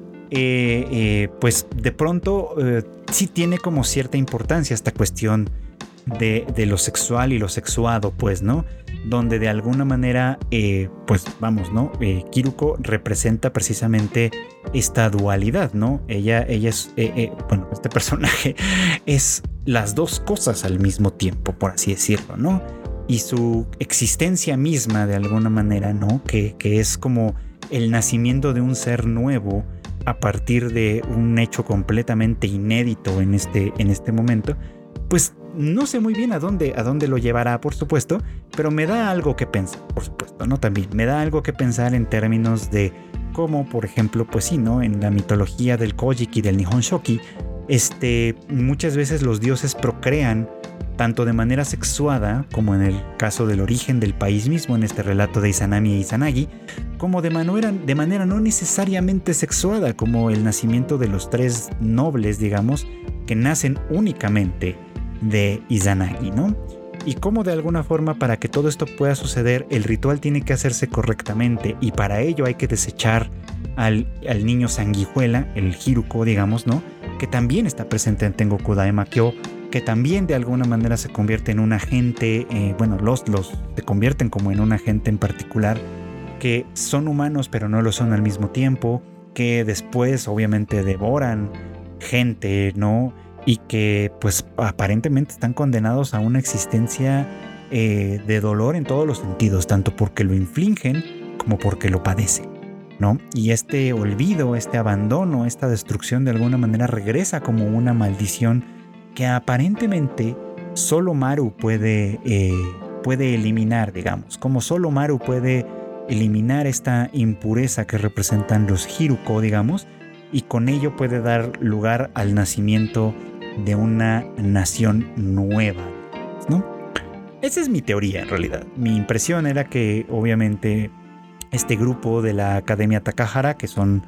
pues de pronto sí tiene como cierta importancia esta cuestión de lo sexual y lo sexuado, pues, ¿no? Donde de alguna manera, pues vamos, ¿no? Kiruko representa precisamente esta dualidad, ¿no? Ella es, bueno, este personaje es las dos cosas al mismo tiempo, por así decirlo, ¿no? Y su existencia misma, de alguna manera, ¿no? Que es como el nacimiento de un ser nuevo a partir de un hecho completamente inédito en este momento, pues no sé muy bien a dónde lo llevará, por supuesto, pero me da algo que pensar, por supuesto, ¿no? También me da algo que pensar en términos de cómo, por ejemplo, pues sí, ¿no? En la mitología del Kojiki, del Nihon Shoki, muchas veces los dioses procrean tanto de manera sexuada, como en el caso del origen del país mismo, en este relato de Izanami e Izanagi, como de manera no necesariamente sexuada, como el nacimiento de los tres nobles, digamos, que nacen únicamente de Izanagi, ¿no? Y cómo de alguna forma, para que todo esto pueda suceder, el ritual tiene que hacerse correctamente, y para ello hay que desechar al niño sanguijuela, el Hiruko, digamos, ¿no? Que también está presente en Tengoku Daimakyo, que también de alguna manera se convierte en un agente, se convierten como en un agente en particular, que son humanos pero no lo son al mismo tiempo, que después obviamente devoran gente, ¿no? Y que pues aparentemente están condenados a una existencia de dolor en todos los sentidos, tanto porque lo infligen como porque lo padecen, ¿no? Y este olvido, este abandono, esta destrucción de alguna manera regresa como una maldición que aparentemente solo Maru puede eliminar, digamos, como solo Maru puede eliminar esta impureza que representan los Hiruko, digamos, y con ello puede dar lugar al nacimiento de una nación nueva, ¿no? Esa es mi teoría, en realidad. Mi impresión era que obviamente este grupo de la Academia Takahara, que son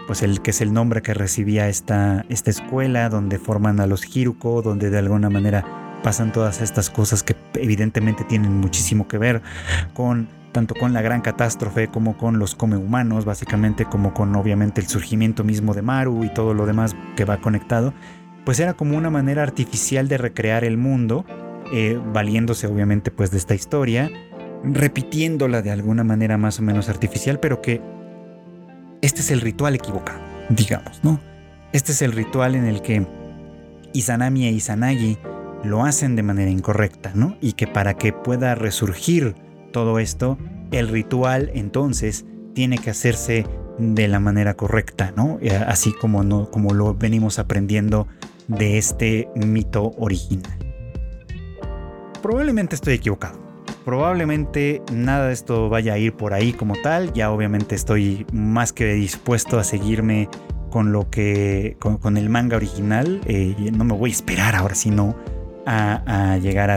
pues el que es el nombre que recibía esta escuela, donde forman a los Hiruko, donde de alguna manera pasan todas estas cosas que evidentemente tienen muchísimo que ver con tanto con la gran catástrofe como con los come-humanos, básicamente, como con obviamente el surgimiento mismo de Maru y todo lo demás que va conectado. Pues era como una manera artificial de recrear el mundo, valiéndose obviamente pues de esta historia, repitiéndola de alguna manera más o menos artificial, pero que este es el ritual equivocado, digamos, ¿no? Este es el ritual en el que Izanami e Izanagi lo hacen de manera incorrecta, ¿no? Y que para que pueda resurgir todo esto, el ritual entonces tiene que hacerse de la manera correcta, ¿no? Así como lo venimos aprendiendo de este mito original. Probablemente estoy equivocado. Probablemente nada de esto vaya a ir por ahí como tal. Ya obviamente estoy más que dispuesto a seguirme con con el manga original. No me voy a esperar ahora sí no a llegar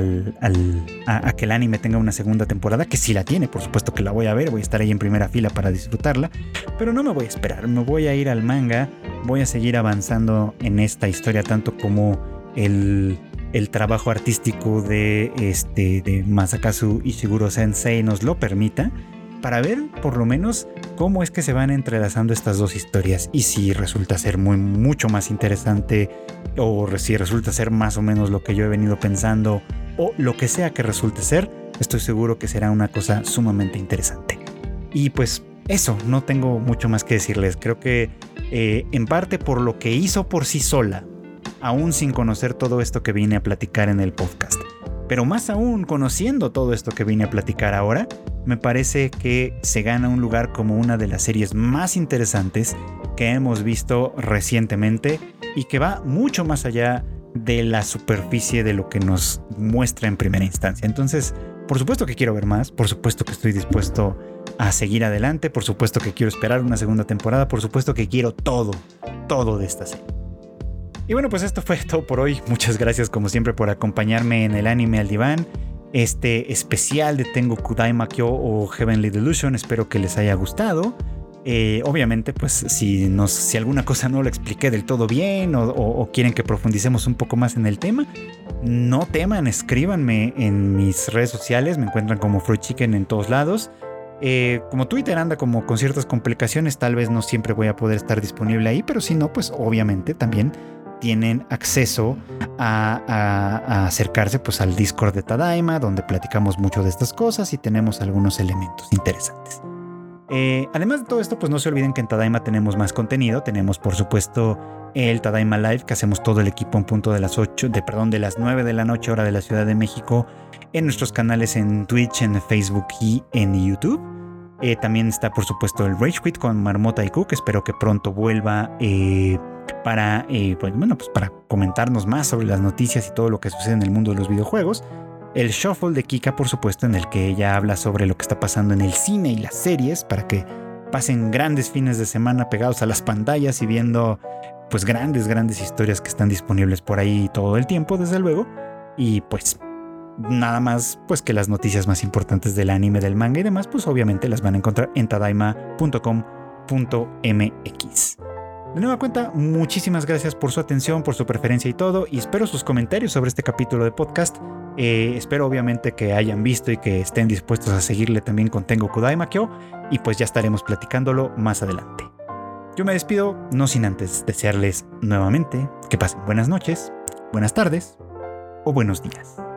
a que el anime tenga una segunda temporada, que sí la tiene, por supuesto que la voy a ver, voy a estar ahí en primera fila para disfrutarla, pero no me voy a esperar, me voy a ir al manga, voy a seguir avanzando en esta historia tanto como el trabajo artístico de Masakazu Ishiguro Sensei nos lo permita, para ver por lo menos cómo es que se van entrelazando estas dos historias y si resulta ser mucho más interesante o si resulta ser más o menos lo que yo he venido pensando o lo que sea que resulte ser, estoy seguro que será una cosa sumamente interesante. Y pues eso, no tengo mucho más que decirles. Creo que en parte por lo que hizo por sí sola, aún sin conocer todo esto que vine a platicar en el podcast, pero más aún conociendo todo esto que vine a platicar ahora, me parece que se gana un lugar como una de las series más interesantes que hemos visto recientemente y que va mucho más allá de la superficie de lo que nos muestra en primera instancia. Entonces, por supuesto que quiero ver más, por supuesto que estoy dispuesto a seguir adelante, por supuesto que quiero esperar una segunda temporada, por supuesto que quiero todo de esta serie. Y bueno, pues esto fue todo por hoy. Muchas gracias como siempre por acompañarme en el anime al diván. Este especial de Tengoku Daimakyo o Heavenly Delusion, espero que les haya gustado. Obviamente, pues si alguna cosa no lo expliqué del todo bien o quieren que profundicemos un poco más en el tema, no teman, escríbanme en mis redes sociales, me encuentran como Fruit Chicken en todos lados. Como Twitter anda como con ciertas complicaciones, tal vez no siempre voy a poder estar disponible ahí, pero si no, pues obviamente también tienen acceso a acercarse pues al Discord de Tadaima, donde platicamos mucho de estas cosas y tenemos algunos elementos interesantes. Además de todo esto, pues no se olviden que en Tadaima tenemos más contenido. Tenemos por supuesto el Tadaima Live, que hacemos todo el equipo en punto de las 9 de la noche, hora de la Ciudad de México, en nuestros canales en Twitch, en Facebook y en YouTube. También está por supuesto el Rage Quit con Marmota y Cook. Espero que pronto vuelva para comentarnos más sobre las noticias y todo lo que sucede en el mundo de los videojuegos. El Shuffle de Kika, por supuesto, en el que ella habla sobre lo que está pasando en el cine y las series, para que pasen grandes fines de semana pegados a las pantallas y viendo pues grandes historias que están disponibles por ahí todo el tiempo, desde luego. Y pues nada más pues que las noticias más importantes del anime, del manga y demás, pues obviamente las van a encontrar en tadaima.com.mx. De nueva cuenta, muchísimas gracias por su atención, por su preferencia y todo, y espero sus comentarios sobre este capítulo de podcast. Espero obviamente que hayan visto y que estén dispuestos a seguirle también con Tengoku Daimakyo, y pues ya estaremos platicándolo más adelante. Yo me despido, no sin antes desearles nuevamente que pasen buenas noches, buenas tardes o buenos días.